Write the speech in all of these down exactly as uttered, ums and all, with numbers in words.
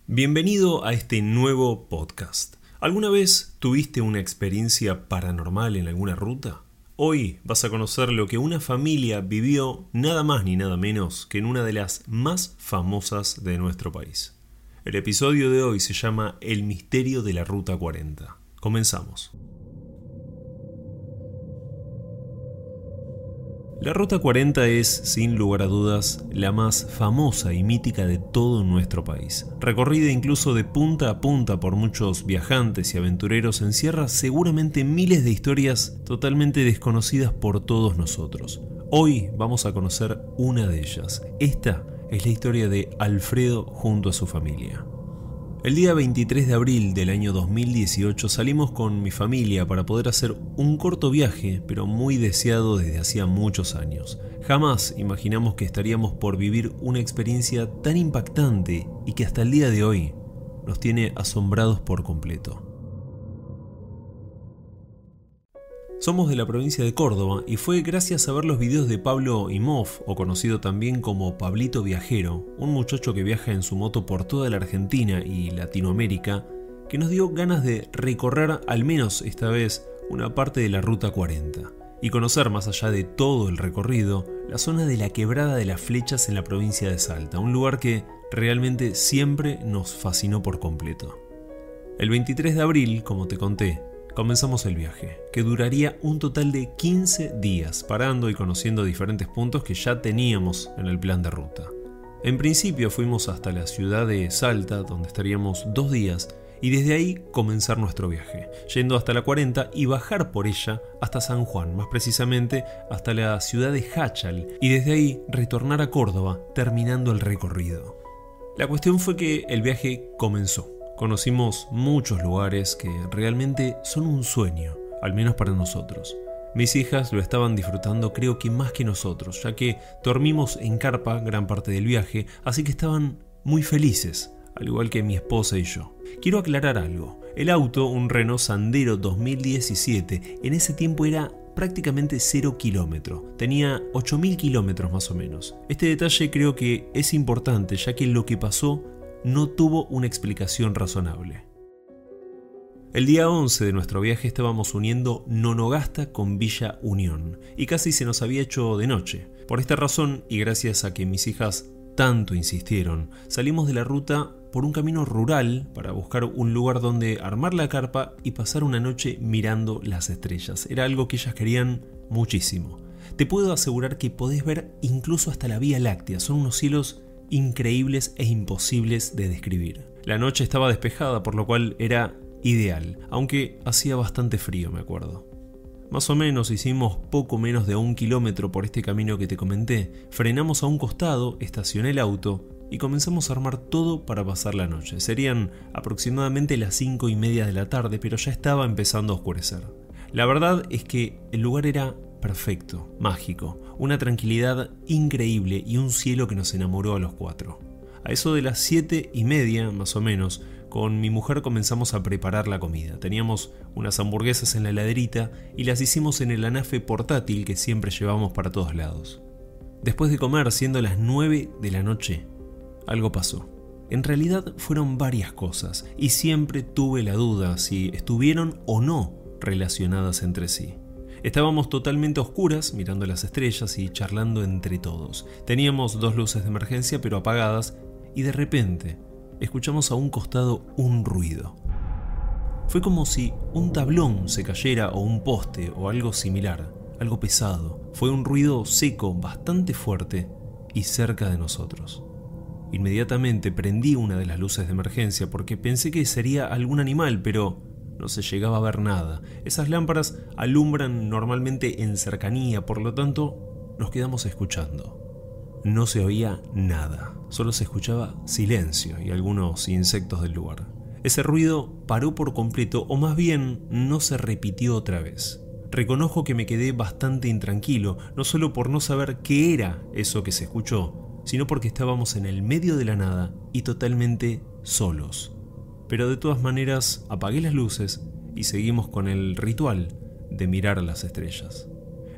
Bienvenido a este nuevo podcast. ¿Alguna vez tuviste una experiencia paranormal en alguna ruta? Hoy vas a conocer lo que una familia vivió nada más ni nada menos que en una de las más famosas de nuestro país. El episodio de hoy se llama El misterio de la Ruta cuarenta. Comenzamos. La Ruta cuarenta es, sin lugar a dudas, la más famosa y mítica de todo nuestro país. Recorrida incluso de punta a punta por muchos viajantes y aventureros, encierra seguramente miles de historias totalmente desconocidas por todos nosotros. Hoy vamos a conocer una de ellas. Esta es la historia de Alfredo junto a su familia. El día veintitrés de abril del año dos mil dieciocho salimos con mi familia para poder hacer un corto viaje, pero muy deseado desde hacía muchos años. Jamás imaginamos que estaríamos por vivir una experiencia tan impactante y que hasta el día de hoy nos tiene asombrados por completo. Somos de la provincia de Córdoba y fue gracias a ver los videos de Pablo Imhoff, o conocido también como Pablito Viajero, un muchacho que viaja en su moto por toda la Argentina y Latinoamérica, que nos dio ganas de recorrer al menos esta vez una parte de la Ruta cuarenta y conocer más allá de todo el recorrido la zona de la Quebrada de las Flechas en la provincia de Salta, un lugar que realmente siempre nos fascinó por completo. El veintitrés de abril, como te conté, comenzamos el viaje, que duraría un total de quince días, parando y conociendo diferentes puntos que ya teníamos en el plan de ruta. En principio fuimos hasta la ciudad de Salta, donde estaríamos dos días, y desde ahí comenzar nuestro viaje, yendo hasta la cuarenta y bajar por ella hasta San Juan, más precisamente hasta la ciudad de Jáchal, y desde ahí retornar a Córdoba, terminando el recorrido. La cuestión fue que el viaje comenzó. Conocimos muchos lugares que realmente son un sueño, al menos para nosotros. Mis hijas lo estaban disfrutando creo que más que nosotros, ya que dormimos en carpa gran parte del viaje, así que estaban muy felices, al igual que mi esposa y yo. Quiero aclarar algo, el auto, un Renault Sandero dos mil diecisiete, en ese tiempo era prácticamente cero kilómetro, tenía ocho mil kilómetros más o menos. Este detalle creo que es importante, ya que lo que pasó no tuvo una explicación razonable. El día once de nuestro viaje estábamos uniendo Nonogasta con Villa Unión y casi se nos había hecho de noche. Por esta razón, y gracias a que mis hijas tanto insistieron, salimos de la ruta por un camino rural para buscar un lugar donde armar la carpa y pasar una noche mirando las estrellas. Era algo que ellas querían muchísimo. Te puedo asegurar que podés ver incluso hasta la Vía Láctea. Son unos cielos increíbles e imposibles de describir. La noche estaba despejada, por lo cual era ideal, aunque hacía bastante frío, me acuerdo. Más o menos hicimos poco menos de un kilómetro por este camino que te comenté, frenamos a un costado, estacioné el auto y comenzamos a armar todo para pasar la noche. Serían aproximadamente las cinco y media de la tarde, pero ya estaba empezando a oscurecer. La verdad es que el lugar era perfecto, mágico, una tranquilidad increíble y un cielo que nos enamoró a los cuatro. A eso de las siete y media, más o menos, con mi mujer comenzamos a preparar la comida. Teníamos unas hamburguesas en la heladerita y las hicimos en el anafe portátil que siempre llevamos para todos lados. Después de comer, siendo las nueve de la noche, algo pasó. En realidad fueron varias cosas y siempre tuve la duda si estuvieron o no relacionadas entre sí. Estábamos totalmente a oscuras, mirando las estrellas y charlando entre todos. Teníamos dos luces de emergencia pero apagadas y de repente escuchamos a un costado un ruido. Fue como si un tablón se cayera o un poste o algo similar, algo pesado. Fue un ruido seco, bastante fuerte y cerca de nosotros. Inmediatamente prendí una de las luces de emergencia porque pensé que sería algún animal, pero no se llegaba a ver nada. Esas lámparas alumbran normalmente en cercanía, por lo tanto nos quedamos escuchando. No se oía nada, solo se escuchaba silencio y algunos insectos del lugar. Ese ruido paró por completo, o más bien no se repitió otra vez. Reconozco que me quedé bastante intranquilo, no solo por no saber qué era eso que se escuchó, sino porque estábamos en el medio de la nada y totalmente solos. Pero de todas maneras apagué las luces y seguimos con el ritual de mirar a las estrellas.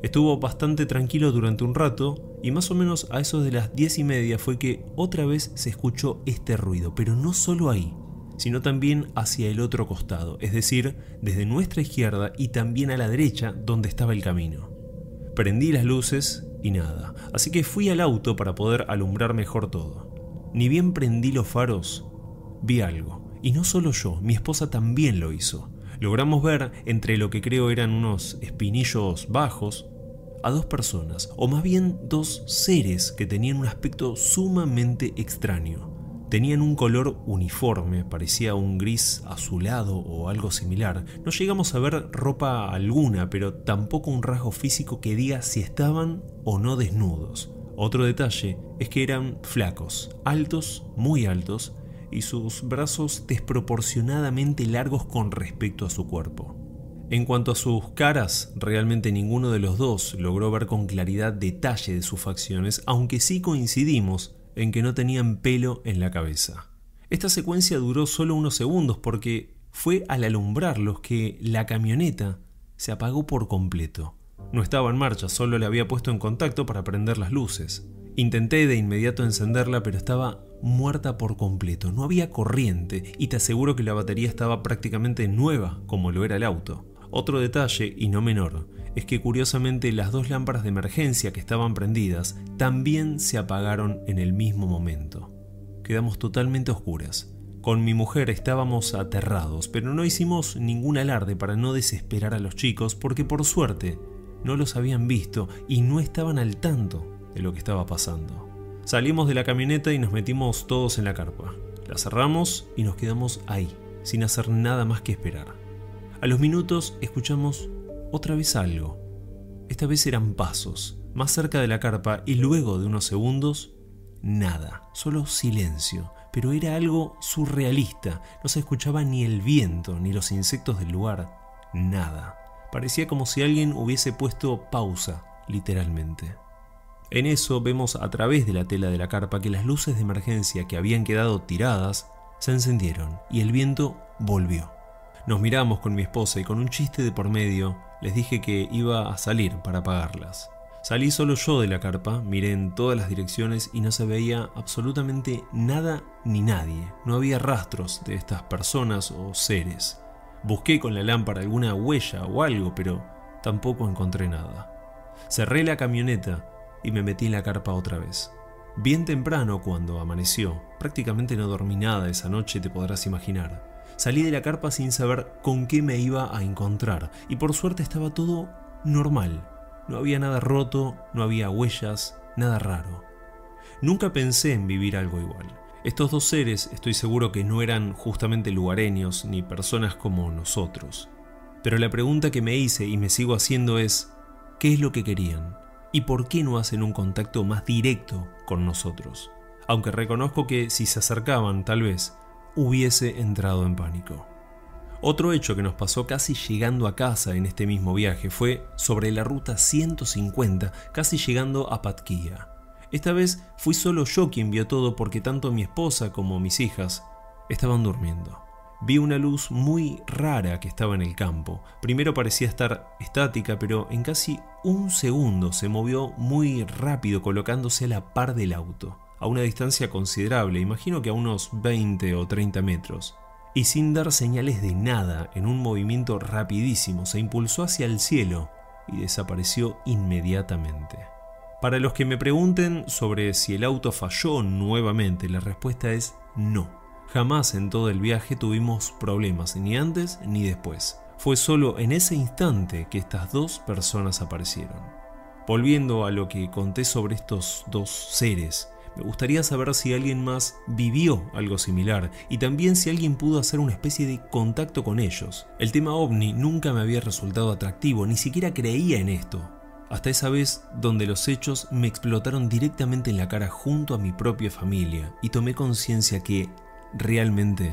Estuvo bastante tranquilo durante un rato y más o menos a eso de las diez y media fue que otra vez se escuchó este ruido, pero no solo ahí, sino también hacia el otro costado, es decir, desde nuestra izquierda y también a la derecha donde estaba el camino. Prendí las luces y nada, así que fui al auto para poder alumbrar mejor todo. Ni bien prendí los faros, vi algo, y no solo yo, mi esposa también lo hizo. Logramos ver, entre lo que creo eran unos espinillos bajos, a dos personas, o más bien dos seres que tenían un aspecto sumamente extraño. Tenían un color uniforme, parecía un gris azulado o algo similar. No llegamos a ver ropa alguna, pero tampoco un rasgo físico que diga si estaban o no desnudos. Otro detalle es que eran flacos, altos, muy altos, y sus brazos desproporcionadamente largos con respecto a su cuerpo. En cuanto a sus caras, realmente ninguno de los dos logró ver con claridad detalle de sus facciones, aunque sí coincidimos en que no tenían pelo en la cabeza. Esta secuencia duró solo unos segundos porque fue al alumbrarlos que la camioneta se apagó por completo. No estaba en marcha, solo la había puesto en contacto para prender las luces. Intenté de inmediato encenderla, pero estaba muerta por completo. No había corriente y te aseguro que la batería estaba prácticamente nueva, como lo era el auto. Otro detalle, y no menor, es que curiosamente las dos lámparas de emergencia que estaban prendidas también se apagaron en el mismo momento. Quedamos totalmente oscuras. Con mi mujer estábamos aterrados, pero no hicimos ningún alarde para no desesperar a los chicos porque por suerte no los habían visto y no estaban al tanto de lo que estaba pasando. Salimos de la camioneta y nos metimos todos en la carpa. La cerramos y nos quedamos ahí, sin hacer nada más que esperar. A los minutos escuchamos otra vez algo. Esta vez eran pasos, más cerca de la carpa, y luego de unos segundos, nada, solo silencio. Pero era algo surrealista, no se escuchaba ni el viento, ni los insectos del lugar, nada. Parecía como si alguien hubiese puesto pausa, literalmente. En eso vemos a través de la tela de la carpa que las luces de emergencia que habían quedado tiradas se encendieron y el viento volvió. Nos miramos con mi esposa y con un chiste de por medio les dije que iba a salir para apagarlas. Salí solo yo de la carpa, miré en todas las direcciones y no se veía absolutamente nada ni nadie. No había rastros de estas personas o seres. Busqué con la lámpara alguna huella o algo, pero tampoco encontré nada. Cerré la camioneta y me metí en la carpa otra vez. Bien temprano, cuando amaneció, prácticamente no dormí nada esa noche, te podrás imaginar. Salí de la carpa sin saber con qué me iba a encontrar y por suerte estaba todo normal. No había nada roto, no había huellas, nada raro. Nunca pensé en vivir algo igual. Estos dos seres estoy seguro que no eran justamente lugareños ni personas como nosotros. Pero la pregunta que me hice y me sigo haciendo es, ¿qué es lo que querían? ¿Y por qué no hacen un contacto más directo con nosotros? Aunque reconozco que si se acercaban, tal vez, hubiese entrado en pánico. Otro hecho que nos pasó casi llegando a casa en este mismo viaje fue sobre la ruta ciento cincuenta, casi llegando a Patquía. Esta vez fui solo yo quien vio todo porque tanto mi esposa como mis hijas estaban durmiendo. Vi una luz muy rara que estaba en el campo. Primero parecía estar estática, pero en casi un segundo se movió muy rápido colocándose a la par del auto, a una distancia considerable, imagino que a unos veinte o treinta metros. Y sin dar señales de nada, en un movimiento rapidísimo, se impulsó hacia el cielo y desapareció inmediatamente. Para los que me pregunten sobre si el auto falló nuevamente, la respuesta es no. Jamás en todo el viaje tuvimos problemas, ni antes ni después. Fue solo en ese instante que estas dos personas aparecieron. Volviendo a lo que conté sobre estos dos seres, me gustaría saber si alguien más vivió algo similar y también si alguien pudo hacer una especie de contacto con ellos. El tema ovni nunca me había resultado atractivo, ni siquiera creía en esto. Hasta esa vez donde los hechos me explotaron directamente en la cara junto a mi propia familia y tomé conciencia que realmente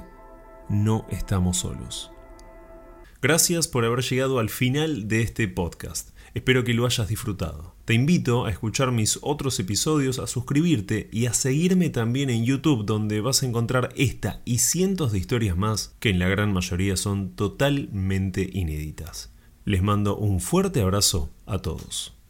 no estamos solos. Gracias por haber llegado al final de este podcast. Espero que lo hayas disfrutado. Te invito a escuchar mis otros episodios, a suscribirte y a seguirme también en YouTube, donde vas a encontrar esta y cientos de historias más que en la gran mayoría son totalmente inéditas. Les mando un fuerte abrazo a todos.